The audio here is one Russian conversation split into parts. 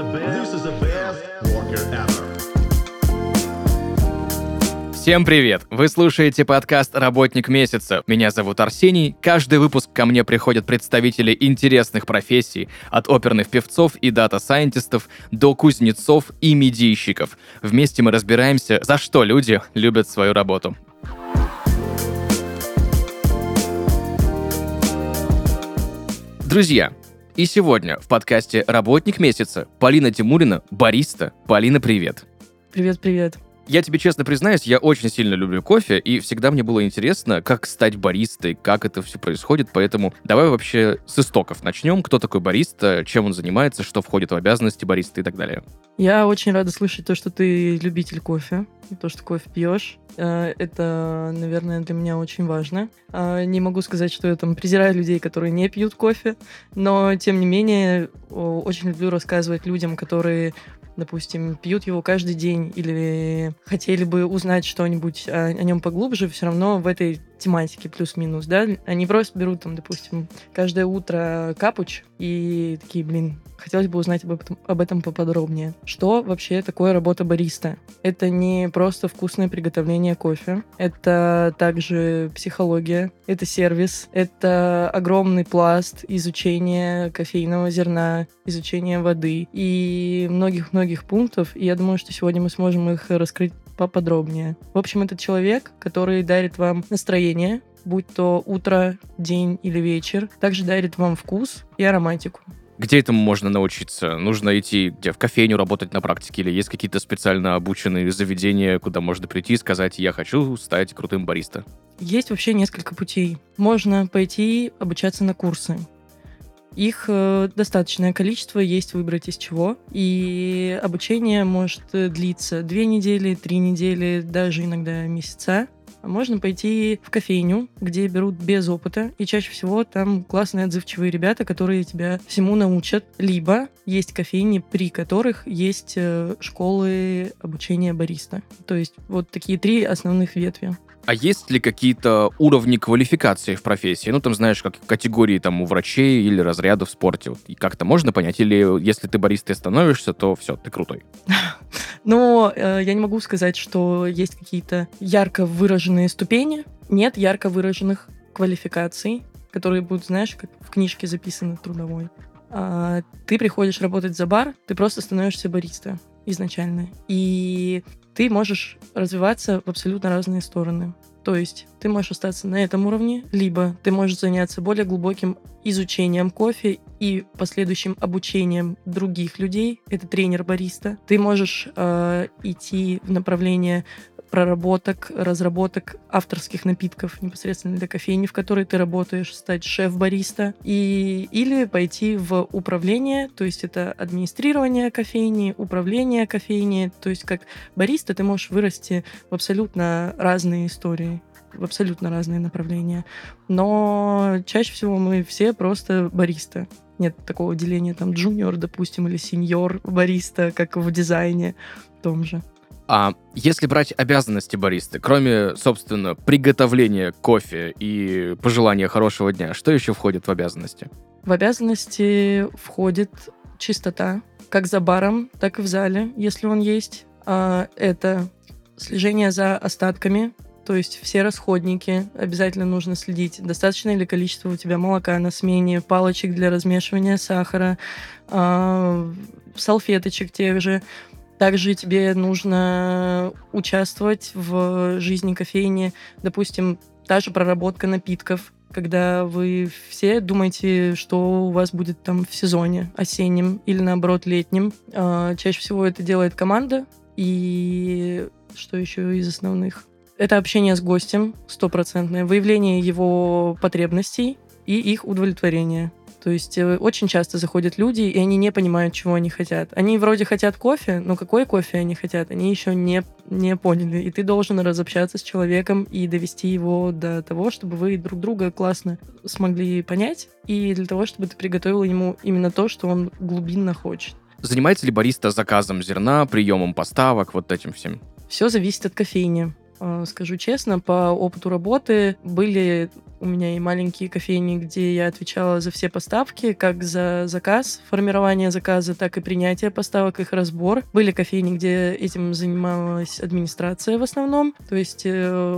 worker ever. Всем привет! Вы слушаете подкаст «Работник месяца». Меня зовут Арсений. Каждый выпуск ко мне приходят представители интересных профессий, от оперных певцов и дата-сайентистов до кузнецов и медийщиков. Вместе мы разбираемся, за что люди любят свою работу. Друзья, и сегодня в подкасте «Работник месяца» Полина Тимурина, бариста. Полина, привет! Привет-привет. Я тебе честно признаюсь, я очень сильно люблю кофе, и всегда мне было интересно, как стать баристой, как это все происходит, поэтому давай вообще с истоков начнем. Кто такой бариста, чем он занимается, что входит в обязанности бариста и так далее. Я очень рада слышать то, что ты любитель кофе, то, что кофе пьешь. Это, наверное, для меня очень важно. Не могу сказать, что я там презираю людей, которые не пьют кофе, но, тем не менее, очень люблю рассказывать людям, которые, допустим, пьют его каждый день или хотели бы узнать что-нибудь о нем поглубже, все равно в этой тематике плюс-минус, да, они просто берут там, допустим, каждое утро капуч и такие, хотелось бы узнать об этом поподробнее. Что вообще такое работа бариста? Это не просто вкусное приготовление кофе, это также психология, это сервис, это огромный пласт изучения кофейного зерна, изучения воды и многих-многих пунктов, и я думаю, что сегодня мы сможем их раскрыть поподробнее. В общем, это человек, который дарит вам настроение, будь то утро, день или вечер, также дарит вам вкус и ароматику. Где этому можно научиться? Нужно идти в кофейню работать на практике, или есть какие-то специально обученные заведения, куда можно прийти и сказать: я хочу стать крутым бариста? Есть вообще несколько путей. Можно пойти обучаться на курсы. Их достаточное количество, есть выбрать из чего. И обучение может длиться 2 недели, 3 недели, даже иногда месяца. Можно пойти в кофейню, где берут без опыта, и чаще всего там классные отзывчивые ребята, которые тебя всему научат. Либо есть кофейни, при которых есть школы обучения бариста. То есть вот такие 3 основных ветви. А есть ли какие-то уровни квалификации в профессии? Ну, там, знаешь, как категории там у врачей или разряды в спорте. Вот, и как-то можно понять? Или если ты баристой становишься, то все, ты крутой? Но я не могу сказать, что есть какие-то ярко выраженные ступени. Нет ярко выраженных квалификаций, которые будут, знаешь, как в книжке записаны трудовой. Ты приходишь работать за бар, ты просто становишься бариста изначально. И ты можешь развиваться в абсолютно разные стороны. То есть ты можешь остаться на этом уровне, либо ты можешь заняться более глубоким изучением кофе и последующим обучением других людей. Это тренер-бариста. Ты можешь идти в направление проработок, разработок авторских напитков непосредственно для кофейни, в которой ты работаешь, стать шеф-бариста, или пойти в управление, то есть это администрирование кофейни, управление кофейни, то есть как бариста ты можешь вырасти в абсолютно разные истории, в абсолютно разные направления. Но чаще всего мы все просто бариста. Нет такого деления там джуниор, допустим, или сеньор бариста, как в дизайне том же. А если брать обязанности баристы, кроме, собственно, приготовления кофе и пожелания хорошего дня, что еще входит в обязанности? В обязанности входит чистота, как за баром, так и в зале, если он есть. Это слежение за остатками, то есть все расходники обязательно нужно следить. Достаточно ли количество у тебя молока на смене, палочек для размешивания сахара, салфеточек тех же. Также тебе нужно участвовать в жизни кофейни. Допустим, та же проработка напитков, когда вы все думаете, что у вас будет там в сезоне осеннем или, наоборот, летнем. Чаще всего это делает команда. И что еще из основных? Это общение с гостем, 100%, выявление его потребностей и их удовлетворение. То есть очень часто заходят люди, и они не понимают, чего они хотят. Они вроде хотят кофе, но какой кофе они хотят, они еще не поняли. И ты должен разобщаться с человеком и довести его до того, чтобы вы друг друга классно смогли понять, и для того, чтобы ты приготовил ему именно то, что он глубинно хочет. Занимается ли бариста заказом зерна, приемом поставок, вот этим всем? Все зависит от кофейни. скажу честно, по опыту работы были у меня и маленькие кофейни, где я отвечала за все поставки, как за заказ, формирование заказа, так и принятие поставок, их разбор. Были кофейни, где этим занималась администрация в основном. То есть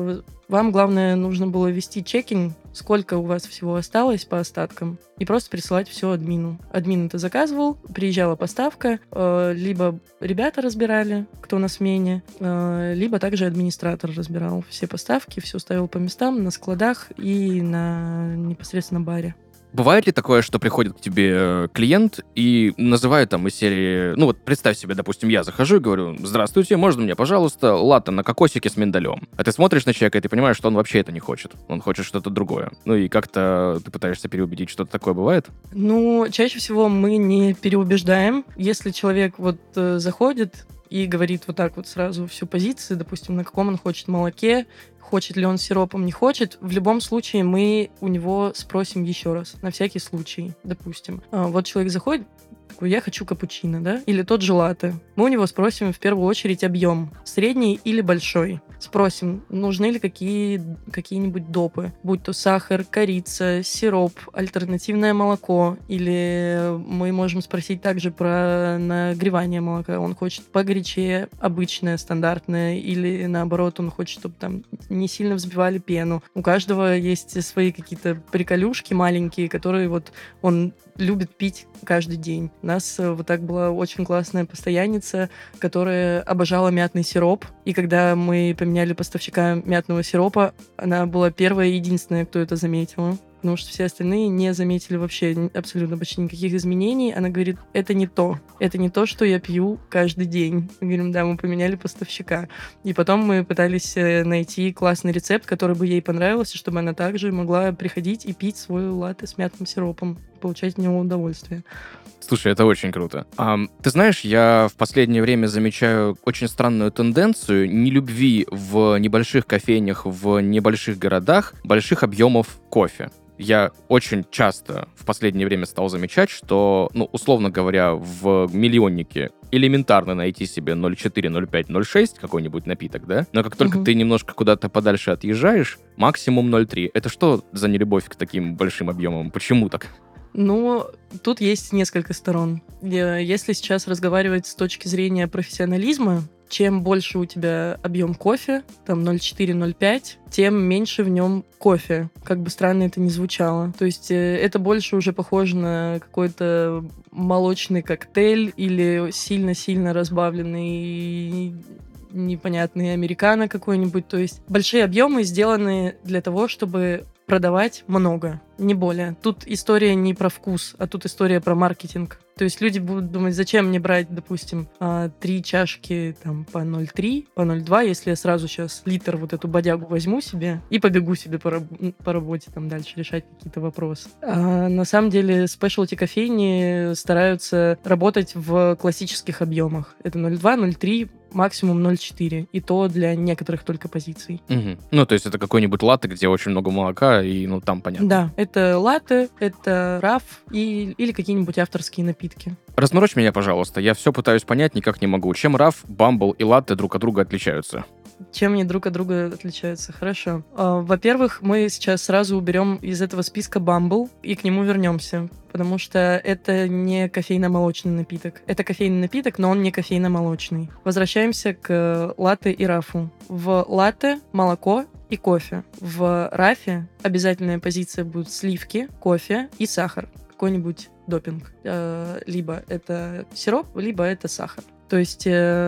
вам, главное, нужно было вести чекинг, сколько у вас всего осталось по остаткам, и просто присылать все админу. Админ это заказывал, приезжала поставка, либо ребята разбирали, кто на смене, либо также администратор разбирал все поставки, все ставил по местам на складах и на непосредственно баре. Бывает ли такое, что приходит к тебе клиент и называет там из серии... Ну вот представь себе, допустим, я захожу и говорю: здравствуйте, можно мне, пожалуйста, латте на кокосике с миндалем? А ты смотришь на человека, и ты понимаешь, что он вообще это не хочет. Он хочет что-то другое. Ну и как-то ты пытаешься переубедить, что-то такое бывает? Ну, чаще всего мы не переубеждаем. Если человек вот заходит и говорит вот так вот сразу всю позицию, допустим, на каком он хочет молоке, хочет ли он сиропом, не хочет, в любом случае мы у него спросим еще раз, на всякий случай, допустим. Вот человек заходит, такой: я хочу капучино, да, или тот же латте. Мы у него спросим в первую очередь объем, средний или большой. Спросим, нужны ли какие-нибудь допы, будь то сахар, корица, сироп, альтернативное молоко, или мы можем спросить также про нагревание молока. Он хочет погорячее, обычное, стандартное, или наоборот, он хочет, чтобы там не сильно взбивали пену. У каждого есть свои какие-то приколюшки маленькие, которые вот он любит пить каждый день. У нас вот так была очень классная постоянница, которая обожала мятный сироп. И когда мы поменяли поставщика мятного сиропа, она была первая и единственная, кто это заметила. Потому что все остальные не заметили вообще абсолютно почти никаких изменений. Она говорит: это не то. Это не то, что я пью каждый день. Мы говорим: да, мы поменяли поставщика. И потом мы пытались найти классный рецепт, который бы ей понравился, чтобы она также могла приходить и пить свой латте с мятным сиропом, получать от него удовольствие. Слушай, это очень круто. Ты знаешь, я в последнее время замечаю очень странную тенденцию нелюбви в небольших кофейнях, в небольших городах больших объемов кофе. Я очень часто в последнее время стал замечать, что, ну, условно говоря, в миллионнике элементарно найти себе 0,4, 0,5, 0,6 какой-нибудь напиток, да? Но как только ты немножко куда-то подальше отъезжаешь, максимум 0,3. Это что за нелюбовь к таким большим объемам? Почему так? Ну, тут есть несколько сторон. Если сейчас разговаривать с точки зрения профессионализма, чем больше у тебя объем кофе, там 0,4-0,5, тем меньше в нем кофе, как бы странно это ни звучало. То есть это больше уже похоже на какой-то молочный коктейль или сильно-сильно разбавленный непонятный американо какой-нибудь. То есть большие объемы сделаны для того, чтобы продавать много, не более. Тут история не про вкус, а тут история про маркетинг. То есть люди будут думать: зачем мне брать, допустим, 3 чашки там, по 0,3, по 0,2, если я сразу сейчас литр вот эту бодягу возьму себе и побегу себе по работе там дальше решать какие-то вопросы. А на самом деле спешлти кофейни стараются работать в классических объемах. Это 0,2, 0,3, максимум 0,4. И то для некоторых только позиций. Угу. Ну, то есть это какой-нибудь латте, где очень много молока, и, ну, там понятно. Да, это латте, это раф или какие-нибудь авторские напитки. Разморочь меня, пожалуйста. Я все пытаюсь понять, никак не могу. Чем раф, бамбл и латте друг от друга отличаются? Чем они друг от друга отличаются? Хорошо. Во-первых, мы сейчас сразу уберем из этого списка бамбл и к нему вернемся, потому что это не кофейно-молочный напиток. Это кофейный напиток, но он не кофейно-молочный. Возвращаемся к латте и рафу. В латте молоко и кофе. В рафе обязательная позиция будет сливки, кофе и сахар. Какой-нибудь допинг. Либо это сироп, либо это сахар. То есть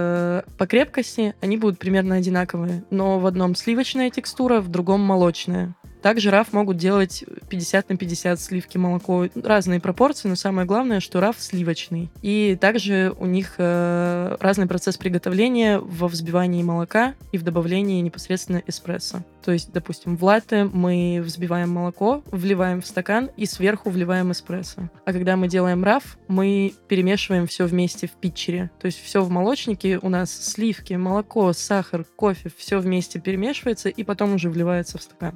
по крепкости они будут примерно одинаковые, но в одном сливочная текстура, в другом молочная. Также раф могут делать 50 на 50 сливки, молоко. Разные пропорции, но самое главное, что раф сливочный. И также у них разный процесс приготовления во взбивании молока и в добавлении непосредственно эспрессо. То есть, допустим, в латте мы взбиваем молоко, вливаем в стакан и сверху вливаем эспрессо. А когда мы делаем раф, мы перемешиваем все вместе в питчере. То есть все в молочнике у нас сливки, молоко, сахар, кофе, все вместе перемешивается и потом уже вливается в стакан.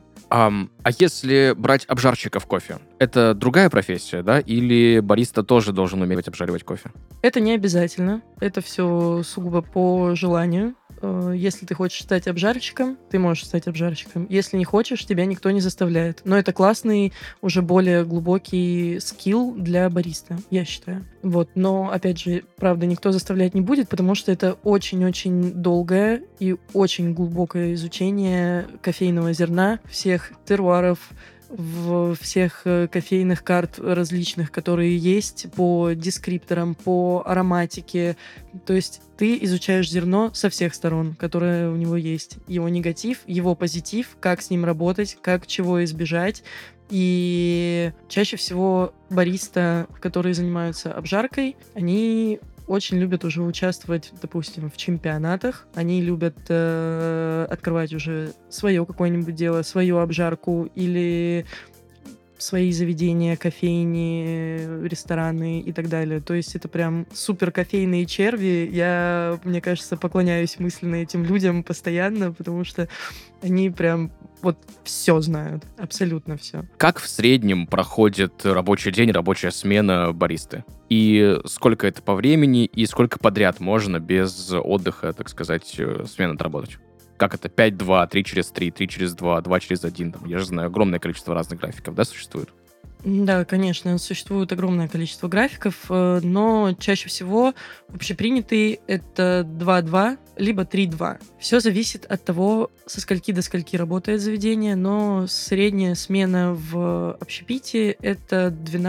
А если брать обжарщиков кофе, это другая профессия, да? Или бариста тоже должен уметь обжаривать кофе? Это не обязательно. Это все сугубо по желанию. Если ты хочешь стать обжарщиком, ты можешь стать обжарщиком. Если не хочешь, тебя никто не заставляет. Но это классный, уже более глубокий скилл для бариста, я считаю. Вот. Но, опять же, правда, никто заставлять не будет, потому что это очень-очень долгое и очень глубокое изучение кофейного зерна, всех теруаров, всех кофейных карт различных, которые есть по дескрипторам, по ароматике. То есть ты изучаешь зерно со всех сторон, которое у него есть. Его негатив, его позитив, как с ним работать, как чего избежать. И чаще всего бариста, которые занимаются обжаркой, они очень любят уже участвовать, допустим, в чемпионатах. Они любят открывать уже свое какое-нибудь дело, свою обжарку или свои заведения, кофейни, рестораны и так далее. То есть это прям супер кофейные черви. Я, мне кажется, поклоняюсь мысленно этим людям постоянно, потому что они прям вот все знают, абсолютно все. Как в среднем проходит рабочий день, рабочая смена баристы? И сколько это по времени, и сколько подряд можно без отдыха, так сказать, смен отработать? Как это? 5-2, 3 через 3, 3 через 2, 2 через 1. Там, я же знаю, огромное количество разных графиков, да, существует? Да, конечно, существует огромное количество графиков, но чаще всего общепринятый — это 2-2, либо 3-2. Все зависит от того, со скольки до скольки работает заведение, но средняя смена в общепите — это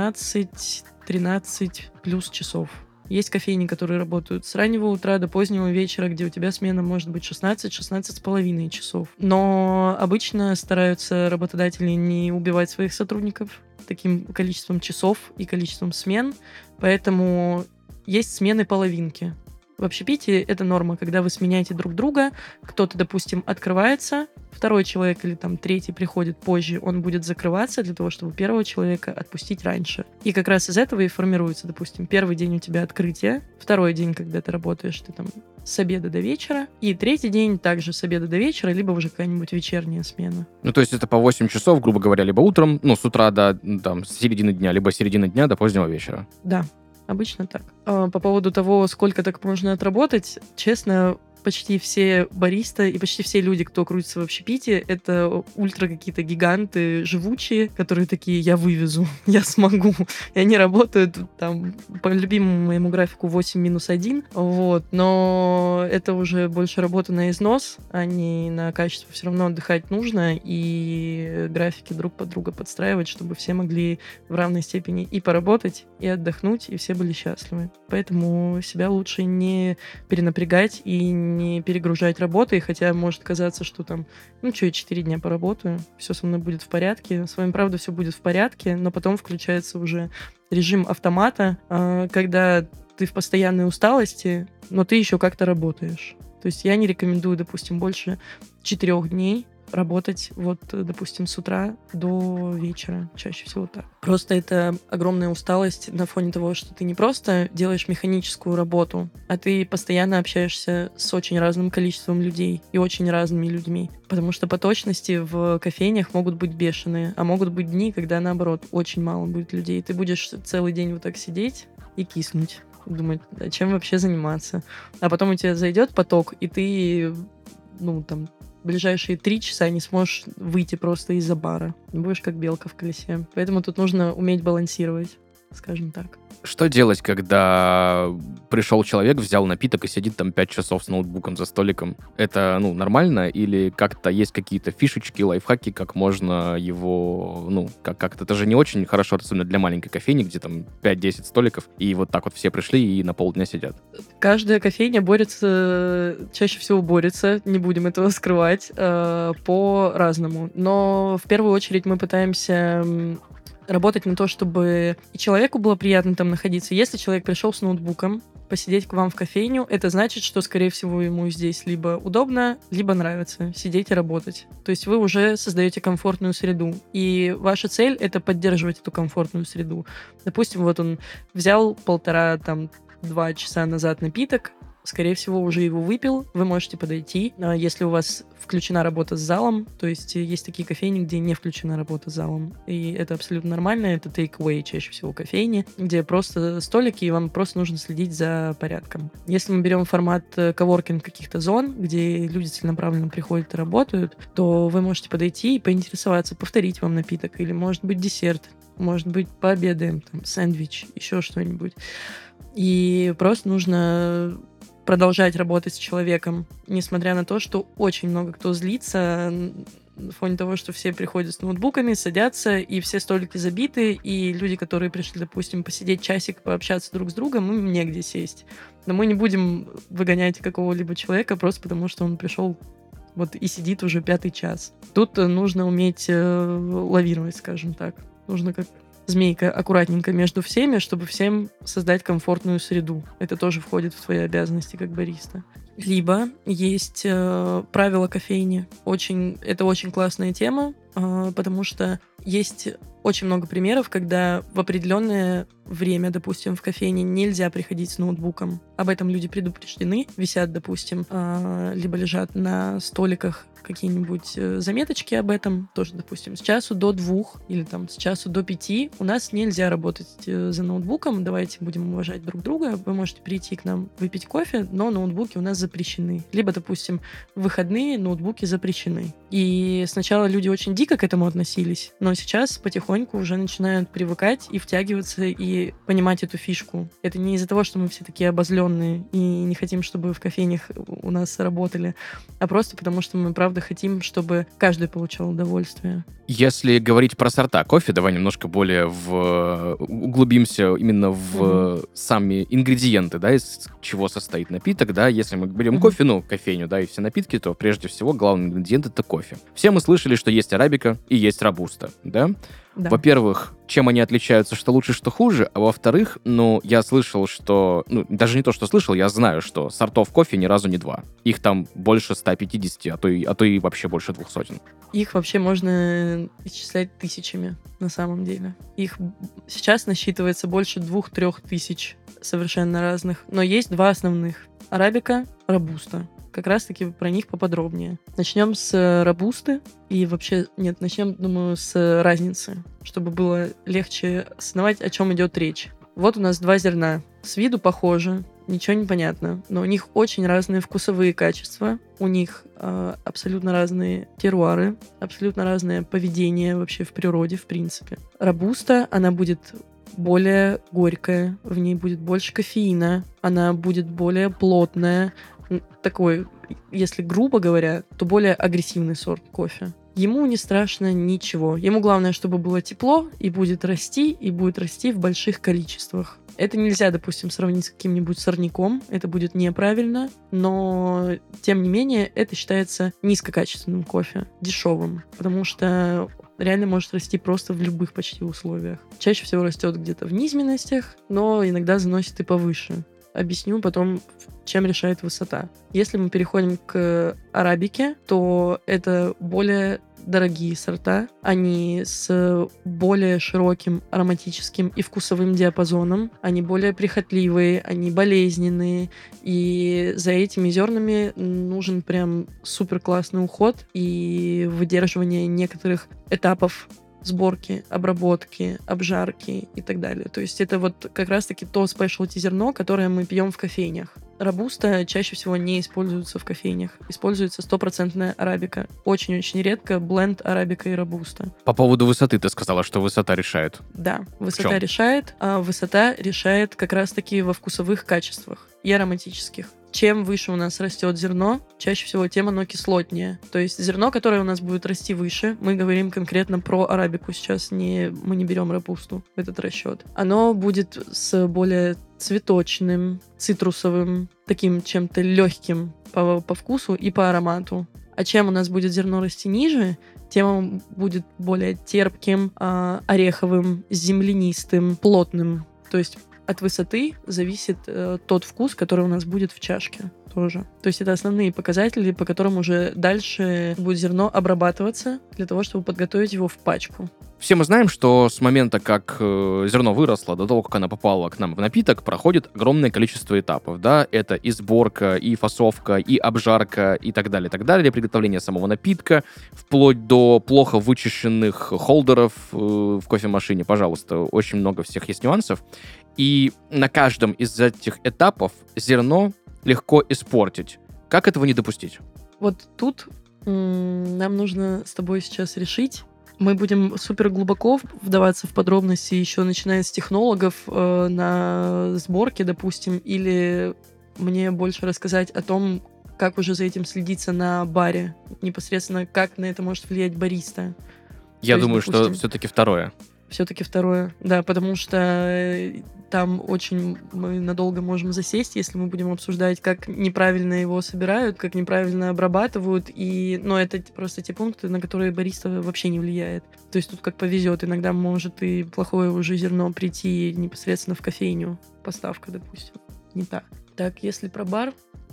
12-13 плюс часов. Есть кофейни, которые работают с раннего утра до позднего вечера, где у тебя смена может быть 16-16,5 часов. Но обычно стараются работодатели не убивать своих сотрудников таким количеством часов и количеством смен, поэтому есть смены половинки. В общепите это норма, когда вы сменяете друг друга, кто-то, допустим, открывается, второй человек или там третий приходит позже, он будет закрываться для того, чтобы первого человека отпустить раньше. И как раз из этого и формируется, допустим, первый день у тебя открытие, второй день, когда ты работаешь, ты там с обеда до вечера, и третий день также с обеда до вечера, либо уже какая-нибудь вечерняя смена. Ну, то есть это по 8 часов, грубо говоря, либо утром, ну, с утра до там, с середины дня, либо с середины дня до позднего вечера. Да. Обычно так. По поводу того, сколько так можно отработать, честно, почти все бариста и почти все люди, кто крутится в общепите, это ультра какие-то гиганты живучие, которые такие: я вывезу, я смогу. И они работают там по любимому моему графику 8-1. Вот. Но это уже больше работа на износ, а не на качество. Все равно отдыхать нужно, и графики друг под друга подстраивать, чтобы все могли в равной степени и поработать, и отдохнуть, и все были счастливы. Поэтому себя лучше не перенапрягать и не перегружать работой, хотя может казаться, что там, ну что, я 4 дня поработаю, все со мной будет в порядке. С вами, правда, все будет в порядке, но потом включается уже режим автомата, когда ты в постоянной усталости, но ты еще как-то работаешь. То есть я не рекомендую, допустим, больше 4 дней работать, вот, допустим, с утра до вечера. Чаще всего так. Просто это огромная усталость на фоне того, что ты не просто делаешь механическую работу, а ты постоянно общаешься с очень разным количеством людей и очень разными людьми. Потому что поточности в кофейнях могут быть бешеные, а могут быть дни, когда, наоборот, очень мало будет людей. Ты будешь целый день вот так сидеть и киснуть. Думать, а чем вообще заниматься? А потом у тебя зайдет поток, и ты, ну, там, ближайшие 3 часа не сможешь выйти просто из-за бара. Будешь как белка в колесе. Поэтому тут нужно уметь балансировать, скажем так. Что делать, когда пришел человек, взял напиток и сидит там 5 часов с ноутбуком за столиком? Это, ну, нормально? Или как-то есть какие-то фишечки, лайфхаки, как можно его, ну, как-то... Это же не очень хорошо, особенно для маленькой кофейни, где там 5-10 столиков, и вот так вот все пришли и на полдня сидят. Каждая кофейня борется, чаще всего борется, не будем этого скрывать, по-разному. Но в первую очередь мы пытаемся работать на то, чтобы и человеку было приятно там находиться. Если человек пришел с ноутбуком посидеть к вам в кофейню, это значит, что, скорее всего, ему здесь либо удобно, либо нравится сидеть и работать. То есть вы уже создаете комфортную среду. И ваша цель — это поддерживать эту комфортную среду. Допустим, вот он взял 1,5-2 часа назад напиток, скорее всего, уже его выпил, вы можете подойти. Если у вас включена работа с залом, то есть есть такие кофейни, где не включена работа с залом, и это абсолютно нормально, это take-away чаще всего кофейни, где просто столики, и вам просто нужно следить за порядком. Если мы берем формат коворкинг каких-то зон, где люди целенаправленно приходят и работают, то вы можете подойти и поинтересоваться, повторить вам напиток, или, может быть, десерт, может быть, пообедаем, там, сэндвич, еще что-нибудь. И просто нужно продолжать работать с человеком, несмотря на то, что очень много кто злится на фоне того, что все приходят с ноутбуками, садятся, и все столики забиты, и люди, которые пришли, допустим, посидеть часик, пообщаться друг с другом, им негде сесть. Но мы не будем выгонять какого-либо человека просто потому, что он пришел вот и сидит уже 5-й час. Тут нужно уметь лавировать, скажем так. Нужно как змейка аккуратненько между всеми, чтобы всем создать комфортную среду. Это тоже входит в твои обязанности как бариста. Либо есть правила кофейни. Это очень классная тема, потому что есть очень много примеров, когда в определенное время, допустим, в кофейне нельзя приходить с ноутбуком. Об этом люди предупреждены, висят, допустим, либо лежат на столиках какие-нибудь заметочки об этом, тоже, допустим, с часу до 2 или там с часу до 5 у нас нельзя работать за ноутбуком, давайте будем уважать друг друга, вы можете прийти к нам выпить кофе, но ноутбуки у нас запрещены. Либо, допустим, в выходные ноутбуки запрещены. И сначала люди очень дико к этому относились, но сейчас потихоньку уже начинают привыкать и втягиваться, и понимать эту фишку. Это не из-за того, что мы все такие обозленные и не хотим, чтобы в кофейнях у нас работали, а просто потому, что мы, правда, хотим, чтобы каждый получал удовольствие. Если говорить про сорта кофе, давай немножко более углубимся именно в сами ингредиенты, да, из чего состоит напиток, да. Если мы берем кофе, кофейню, да, и все напитки, то прежде всего главный ингредиент — это кофе. Все мы слышали, что есть арабика и есть робуста, да? Да. Во-первых, чем они отличаются, что лучше, что хуже, а во-вторых, я слышал, что... даже не то, что слышал, я знаю, что сортов кофе ни разу не 2. Их там больше 150, а то и вообще больше 200. Их вообще можно исчислять тысячами, на самом деле. Их сейчас насчитывается больше 2-3 тысяч совершенно разных. Но есть 2 основных. Арабика, робуста. Как раз-таки про них поподробнее. Начнем с робусты. И вообще, начнем, думаю, с разницы, чтобы было легче осознавать, о чем идет речь. Вот у нас 2 зерна. С виду похожи, ничего не понятно, но у них очень разные вкусовые качества, у них абсолютно разные теруары, абсолютно разное поведение вообще в природе, в принципе. Робуста, она будет более горькая, в ней будет больше кофеина, она будет более плотная, такой, если грубо говоря, то более агрессивный сорт кофе. Ему не страшно ничего. Ему главное, чтобы было тепло, и будет расти в больших количествах. Это нельзя, допустим, сравнить с каким-нибудь сорняком, это будет неправильно, но, тем не менее, это считается низкокачественным кофе, дешевым, потому что реально может расти просто в любых почти условиях. Чаще всего растет где-то в низменностях, но иногда заносит и повыше. Объясню потом, чем решает высота. Если мы переходим к арабике, то это более дорогие сорта. Они с более широким ароматическим и вкусовым диапазоном. Они более прихотливые, они болезненные. И за этими зернами нужен прям супер классный уход и выдерживание некоторых этапов сборки, обработки, обжарки и так далее. То есть это вот как раз-таки то спешлти зерно, которое мы пьем в кофейнях. Робуста чаще всего не используется в кофейнях. Используется 100% арабика. Очень-очень редко бленд арабика и робуста. По поводу высоты ты сказала, что высота решает. Да, высота решает, а высота решает как раз-таки во вкусовых качествах и ароматических. Чем выше у нас растет зерно, чаще всего тем оно кислотнее. То есть зерно, которое у нас будет расти выше, мы говорим конкретно про арабику сейчас, мы не берем робусту в этот расчет. Оно будет с более цветочным, цитрусовым, таким чем-то легким по вкусу и по аромату. А чем у нас будет зерно расти ниже, тем он будет более терпким, ореховым, землянистым, плотным. То есть от высоты зависит тот вкус, который у нас будет в чашке тоже. То есть это основные показатели, по которым уже дальше будет зерно обрабатываться для того, чтобы подготовить его в пачку. Все мы знаем, что с момента, как зерно выросло, до того, как оно попало к нам в напиток, проходит огромное количество этапов, да, это и сборка, и фасовка, и обжарка, и так далее, приготовление самого напитка, вплоть до плохо вычищенных холдеров в кофемашине, пожалуйста, очень много всех есть нюансов, и на каждом из этих этапов зерно легко испортить. Как этого не допустить? Вот тут нам нужно с тобой сейчас решить. Мы будем супер глубоко вдаваться в подробности, еще начиная с технологов на сборке, допустим, или мне больше рассказать о том, как уже за этим следиться на баре, непосредственно как на это может влиять бариста. Я думаю, что все-таки второе. Все-таки второе, да, потому что там очень мы надолго можем засесть, если мы будем обсуждать, как неправильно его собирают, как неправильно обрабатывают, но это просто те пункты, на которые бариста вообще не влияет. То есть тут как повезет, иногда может и плохое уже зерно прийти непосредственно в кофейню, поставка, допустим, не та. Так, если про бар,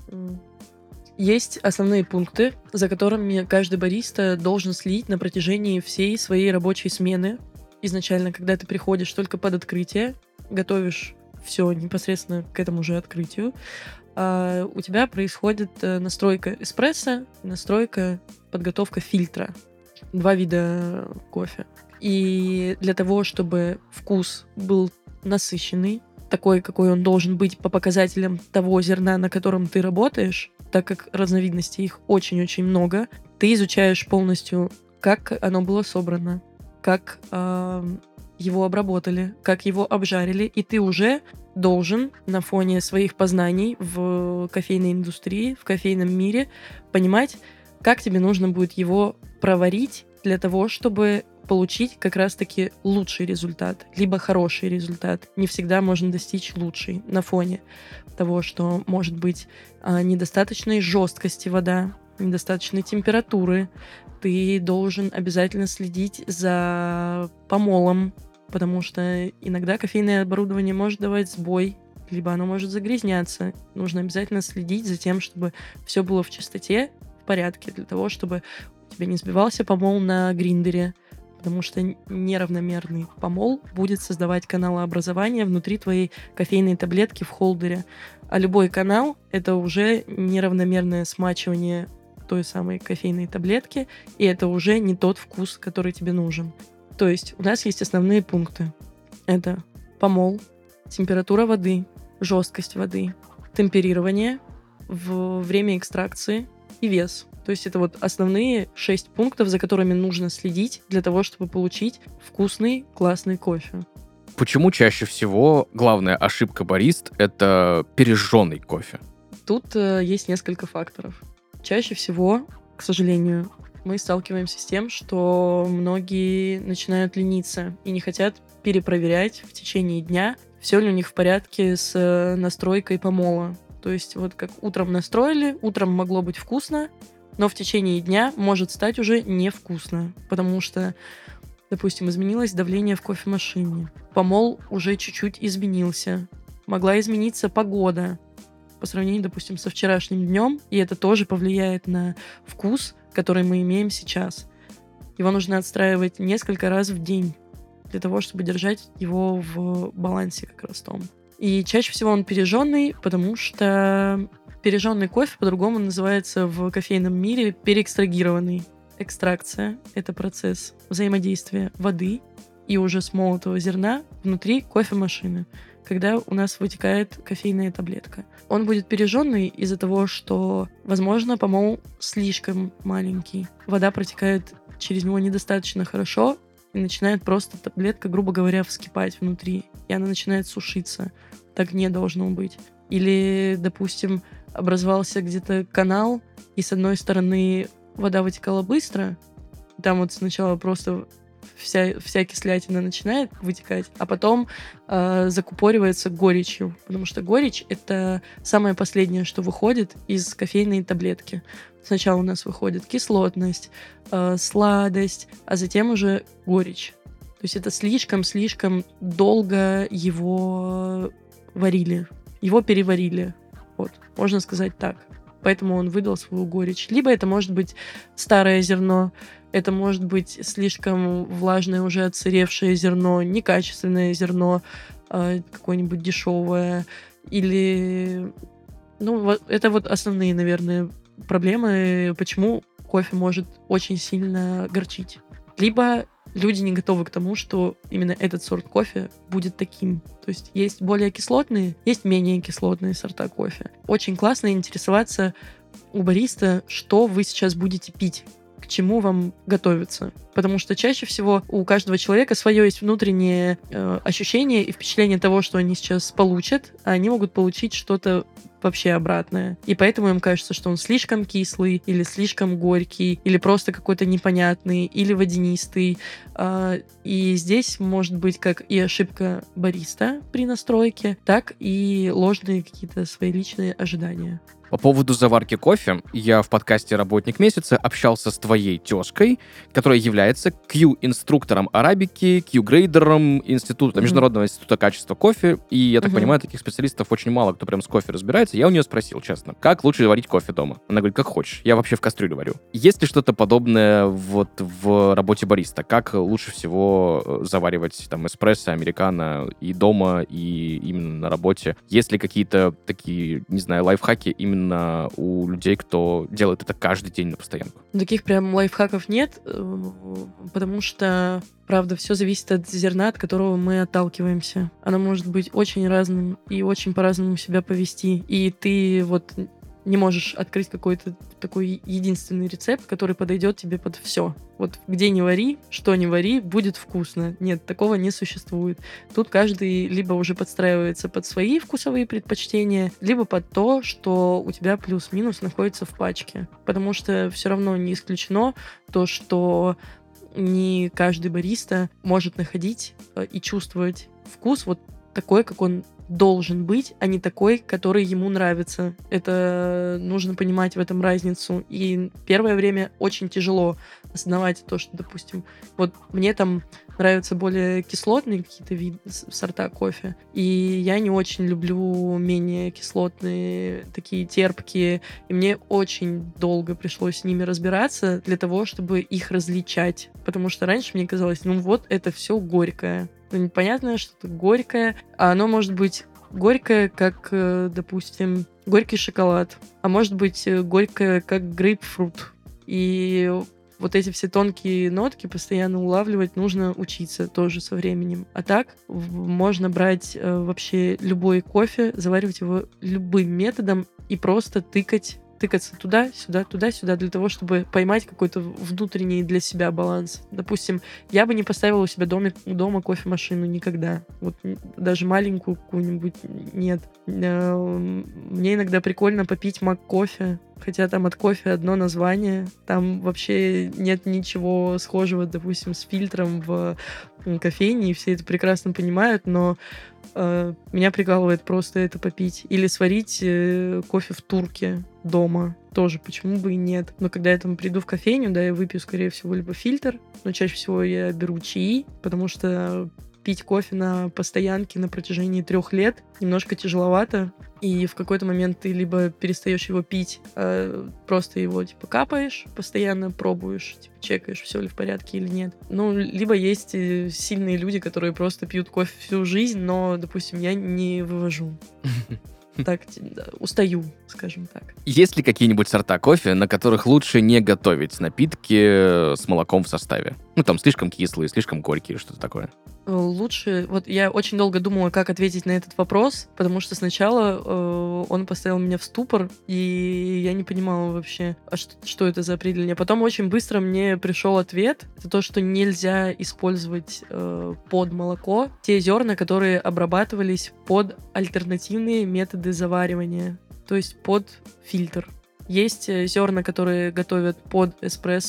есть основные пункты, за которыми каждый бариста должен следить на протяжении всей своей рабочей смены. Изначально, когда ты приходишь только под открытие, готовишь все непосредственно к этому же открытию, у тебя происходит настройка эспрессо, настройка, подготовка фильтра. 2 вида кофе. И для того, чтобы вкус был насыщенный, такой, какой он должен быть по показателям того зерна, на котором ты работаешь, так как разновидностей их очень-очень много, ты изучаешь полностью, как оно было собрано, как его обработали, как его обжарили, и ты уже должен на фоне своих познаний в кофейной индустрии, в кофейном мире понимать, как тебе нужно будет его проварить для того, чтобы получить как раз-таки лучший результат, либо хороший результат. Не всегда можно достичь лучший на фоне того, что может быть недостаточной жесткости вода, недостаточной температуры. Ты должен обязательно следить за помолом, потому что иногда кофейное оборудование может давать сбой, либо оно может загрязняться. Нужно обязательно следить за тем, чтобы все было в чистоте, в порядке, для того, чтобы у тебя не сбивался помол на гриндере, потому что неравномерный помол будет создавать каналообразование внутри твоей кофейной таблетки в холдере. А любой канал — это уже неравномерное смачивание той самой кофейной таблетки, и это уже не тот вкус, который тебе нужен. То есть у нас есть основные пункты. Это помол, температура воды, жесткость воды, темперирование, время экстракции и вес. То есть это вот основные 6 пунктов, за которыми нужно следить для того, чтобы получить вкусный, классный кофе. Почему чаще всего главная ошибка барист — это пережженный кофе? Тут есть несколько факторов. Чаще всего, к сожалению, мы сталкиваемся с тем, что многие начинают лениться и не хотят перепроверять в течение дня, все ли у них в порядке с настройкой помола. То есть вот как утром настроили, утром могло быть вкусно, но в течение дня может стать уже невкусно, потому что, допустим, изменилось давление в кофемашине, помол уже чуть-чуть изменился, могла измениться погода по сравнению, допустим, со вчерашним днем, и это тоже повлияет на вкус, который мы имеем сейчас. Его нужно отстраивать несколько раз в день для того, чтобы держать его в балансе как раз том. И чаще всего он пережженный, потому что пережженный кофе по-другому называется в кофейном мире переэкстрагированный. Экстракция — это процесс взаимодействия воды и уже смолотого зерна внутри кофемашины, когда у нас вытекает кофейная таблетка. Он будет пережженный из-за того, что, возможно, помол слишком маленький. Вода протекает через него недостаточно хорошо, и начинает просто таблетка, грубо говоря, вскипать внутри, и она начинает сушиться. Так не должно быть. Или, допустим, образовался где-то канал, и с одной стороны вода вытекала быстро, там вот сначала просто вся кислятина начинает вытекать, а потом закупоривается горечью, потому что горечь — это самое последнее, что выходит из кофейной таблетки. Сначала у нас выходит кислотность, сладость, а затем уже горечь. То есть это слишком-слишком долго его варили. Его переварили. Вот, можно сказать так. Поэтому он выдал свою горечь. Либо это может быть старое зерно, это может быть слишком влажное, уже отсыревшее зерно, некачественное зерно, какое-нибудь дешевое. Или... Ну, вот это вот основные, наверное, проблемы, почему кофе может очень сильно горчить. Либо люди не готовы к тому, что именно этот сорт кофе будет таким. То есть есть более кислотные, есть менее кислотные сорта кофе. Очень классно интересоваться у бариста, что вы сейчас будете пить, к чему вам готовиться. Потому что чаще всего у каждого человека свое есть внутреннее ощущение и впечатление того, что они сейчас получат, а они могут получить что-то вообще обратное. И поэтому им кажется, что он слишком кислый, или слишком горький, или просто какой-то непонятный, или водянистый. И здесь может быть как и ошибка бариста при настройке, так и ложные какие-то свои личные ожидания. По поводу заварки кофе, я в подкасте «Работник месяца» общался с твоей тезкой, которая является Q-инструктором арабики, Q-грейдером Международного института качества кофе. И, я так понимаю, таких специалистов очень мало, кто прям с кофе разбирается. Я у нее спросил, честно, как лучше варить кофе дома? Она говорит, как хочешь. Я вообще в кастрюле варю. Есть ли что-то подобное вот в работе бариста? Как лучше всего заваривать там эспрессо, американо и дома, и именно на работе? Есть ли какие-то такие, не знаю, лайфхаки именно у людей, кто делает это каждый день на постоянку? Таких прям лайфхаков нет, потому что, правда, все зависит от зерна, от которого мы отталкиваемся. Оно может быть очень разным и очень по-разному себя повести. И ты вот не можешь открыть какой-то такой единственный рецепт, который подойдет тебе под все. Вот где не вари, что не вари, будет вкусно. Нет, такого не существует. Тут каждый либо уже подстраивается под свои вкусовые предпочтения, либо под то, что у тебя плюс-минус находится в пачке. Потому что все равно не исключено то, что не каждый бариста может находить и чувствовать вкус вот такой, как он должен быть, а не такой, который ему нравится. Это нужно понимать в этом разницу. И первое время очень тяжело осознавать то, что, допустим, вот мне там нравятся более кислотные какие-то сорта кофе, и я не очень люблю менее кислотные, такие терпкие, и мне очень долго пришлось с ними разбираться для того, чтобы их различать. Потому что раньше мне казалось, ну вот это все горькое. Непонятно, что это горькое, а оно может быть горькое, как, допустим, горький шоколад, а может быть горькое, как грейпфрут. И вот эти все тонкие нотки постоянно улавливать нужно учиться тоже со временем. А так можно брать вообще любой кофе, заваривать его любым методом и просто тыкаться туда-сюда, для того, чтобы поймать какой-то внутренний для себя баланс. Допустим, я бы не поставила у себя дома кофемашину никогда. Вот даже маленькую какую-нибудь нет. Мне иногда прикольно попить мак-кофе, хотя там от кофе одно название. Там вообще нет ничего схожего, допустим, с фильтром в кофейне, и все это прекрасно понимают, но меня прикалывает просто это попить. Или сварить кофе в турке дома. Тоже, почему бы и нет. Но когда я там приду в кофейню, да, я выпью, скорее всего, либо фильтр, но чаще всего я беру чаи, потому что пить кофе на постоянке на протяжении 3 лет немножко тяжеловато. И в какой-то момент ты либо перестаешь его пить, просто его типа капаешь, постоянно пробуешь, типа чекаешь, все ли в порядке или нет. Ну, либо есть сильные люди, которые просто пьют кофе всю жизнь, но, допустим, я не вывожу. Так, устаю, скажем так. Есть ли какие-нибудь сорта кофе, на которых лучше не готовить напитки с молоком в составе? Ну, там, слишком кислые, слишком горькие, что-то такое. Лучше... Вот я очень долго думала, как ответить на этот вопрос, потому что сначала он поставил меня в ступор, и я не понимала вообще, что это за определение. Потом очень быстро мне пришел ответ. Это то, что нельзя использовать под молоко те зерна, которые обрабатывались под альтернативные методы заваривания, то есть под фильтр. Есть зерна, которые готовят под эспрессо,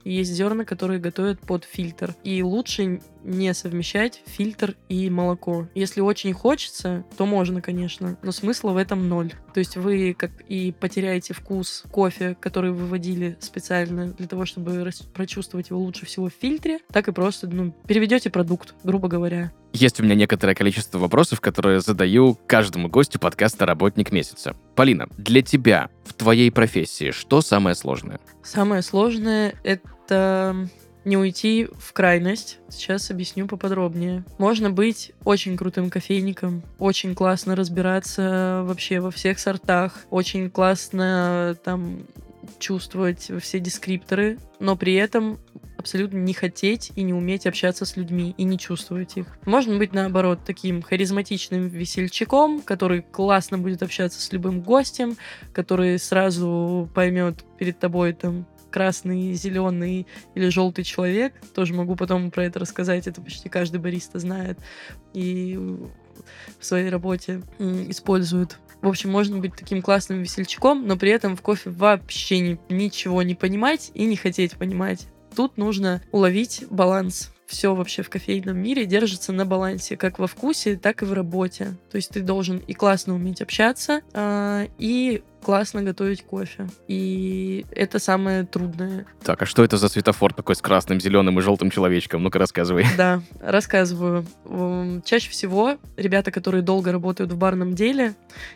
есть зерна, которые готовят под фильтр. И лучше не совмещать фильтр и молоко. Если очень хочется, то можно, конечно, но смысла в этом ноль. То есть вы как и потеряете вкус кофе, который вы выводили специально для того, чтобы прочувствовать его лучше всего в фильтре, так и просто переведете продукт, грубо говоря. Есть у меня некоторое количество вопросов, которые задаю каждому гостю подкаста «Работник месяца». Полина, для тебя в твоей профессии что самое сложное? Самое сложное — это не уйти в крайность. Сейчас объясню поподробнее. Можно быть очень крутым кофейником, очень классно разбираться вообще во всех сортах, очень классно там чувствовать все дескрипторы, но при этом абсолютно не хотеть и не уметь общаться с людьми и не чувствовать их. Можно быть, наоборот, таким харизматичным весельчаком, который классно будет общаться с любым гостем, который сразу поймет перед тобой там красный, зеленый или желтый человек. Тоже могу потом про это рассказать. Это почти каждый бариста знает и в своей работе использует. В общем, можно быть таким классным весельчаком, но при этом в кофе вообще ничего не понимать и не хотеть понимать. Тут нужно уловить баланс. Все вообще в кофейном мире держится на балансе, как во вкусе, так и в работе. То есть ты должен и классно уметь общаться, и классно готовить кофе. И это самое трудное. Так, а что это за светофор такой с красным, зеленым и желтым человечком? Ну-ка, рассказывай. Да, рассказываю. Чаще всего ребята, которые долго работают в барном деле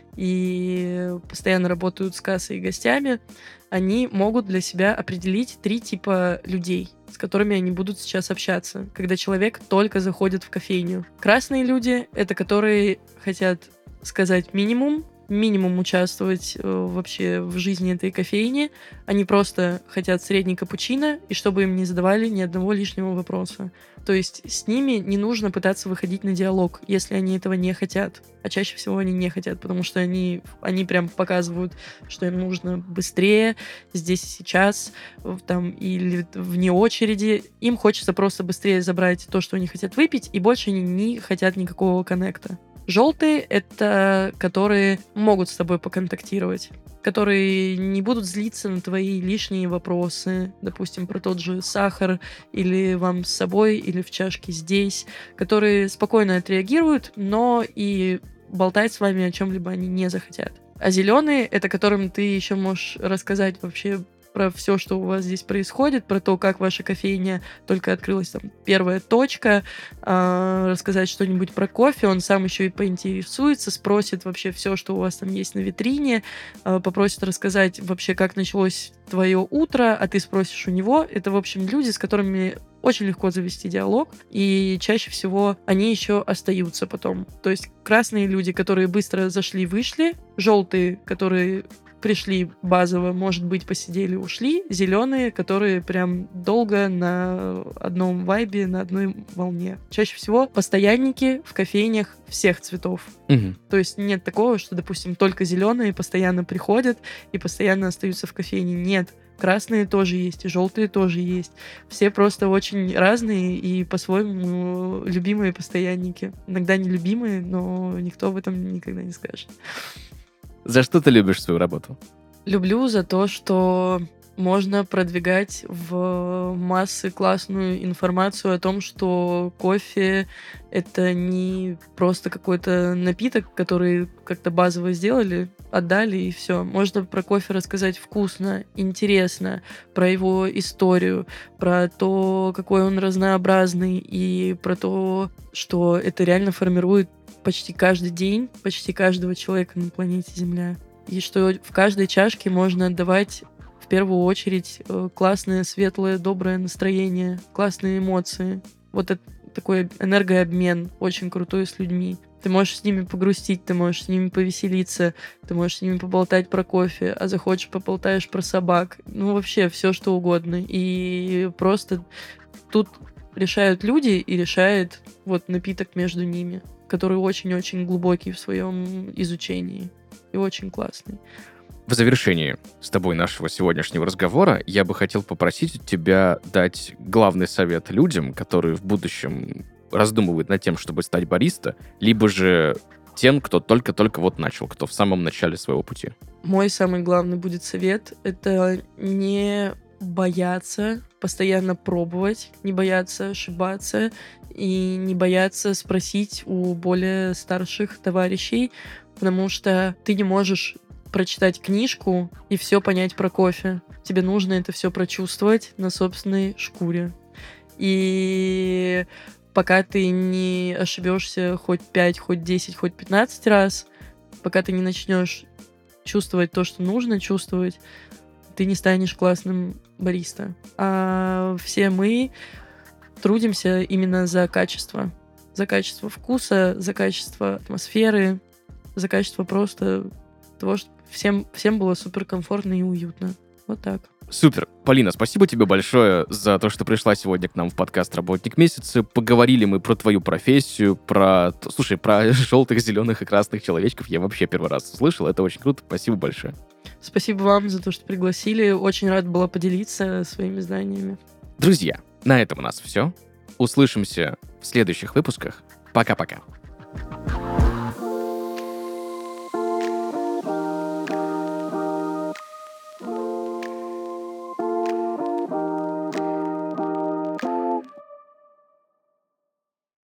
и постоянно работают с кассой и гостями, они могут для себя определить 3 типа людей, с которыми они будут сейчас общаться, когда человек только заходит в кофейню. Красные люди — это которые хотят сказать минимум участвовать вообще в жизни этой кофейни. Они просто хотят средний капучино, и чтобы им не задавали ни одного лишнего вопроса. То есть с ними не нужно пытаться выходить на диалог, если они этого не хотят. А чаще всего они не хотят, потому что они прям показывают, что им нужно быстрее, здесь и сейчас, там, или вне очереди. Им хочется просто быстрее забрать то, что они хотят выпить, и больше они не хотят никакого коннекта. Желтые — это которые могут с тобой поконтактировать, которые не будут злиться на твои лишние вопросы, допустим, про тот же сахар, или вам с собой, или в чашке здесь, которые спокойно отреагируют, но и болтать с вами о чем-либо они не захотят. А зеленые — это которым ты еще можешь рассказать вообще про все, что у вас здесь происходит, про то, как ваша кофейня только открылась, там, первая точка, рассказать что-нибудь про кофе, он сам еще и поинтересуется, спросит вообще все, что у вас там есть на витрине, попросит рассказать вообще, как началось твое утро, а ты спросишь у него. Это, в общем, люди, с которыми очень легко завести диалог, и чаще всего они еще остаются потом. То есть красные люди, которые быстро зашли-вышли, желтые, которые пришли базово, может быть, посидели, ушли. Зеленые, которые прям долго на одном вайбе, на одной волне. Чаще всего постоянники в кофейнях всех цветов. Угу. То есть нет такого, что, допустим, только зеленые постоянно приходят и постоянно остаются в кофейне. Нет. Красные тоже есть, и желтые тоже есть. Все просто очень разные и по-своему любимые постоянники. Иногда нелюбимые, но никто об этом никогда не скажет. За что ты любишь свою работу? Люблю за то, что можно продвигать в массы классную информацию о том, что кофе — это не просто какой-то напиток, который как-то базово сделали, отдали, и все. Можно про кофе рассказать вкусно, интересно, про его историю, про то, какой он разнообразный, и про то, что это реально формирует почти каждый день, почти каждого человека на планете Земля. И что в каждой чашке можно отдавать в первую очередь классное, светлое, доброе настроение, классные эмоции. Вот это такой энергообмен очень крутой с людьми. Ты можешь с ними погрустить, ты можешь с ними повеселиться, ты можешь с ними поболтать про кофе, а захочешь, поболтаешь про собак. Ну, вообще, все что угодно. И просто тут решают люди и решает вот напиток между ними, который очень-очень глубокий в своем изучении и очень классный. В завершении с тобой нашего сегодняшнего разговора я бы хотел попросить у тебя дать главный совет людям, которые в будущем раздумывают над тем, чтобы стать бариста, либо же тем, кто только-только вот начал, кто в самом начале своего пути. Мой самый главный будет совет — это не бояться постоянно пробовать, не бояться ошибаться и не бояться спросить у более старших товарищей, потому что ты не можешь прочитать книжку и все понять про кофе. Тебе нужно это все прочувствовать на собственной шкуре. И пока ты не ошибешься хоть 5, хоть 10, хоть 15 раз, пока ты не начнешь чувствовать то, что нужно чувствовать, ты не станешь классным бариста. А все мы трудимся именно за качество. За качество вкуса, за качество атмосферы, за качество просто того, что всем было суперкомфортно и уютно. Вот так. Супер. Полина, спасибо тебе большое за то, что пришла сегодня к нам в подкаст «Работник месяца». Поговорили мы про твою профессию, Слушай, про желтых, зеленых и красных человечков я вообще первый раз услышал. Это очень круто. Спасибо большое. Спасибо вам за то, что пригласили. Очень рад была поделиться своими знаниями. Друзья, на этом у нас все. Услышимся в следующих выпусках. Пока-пока.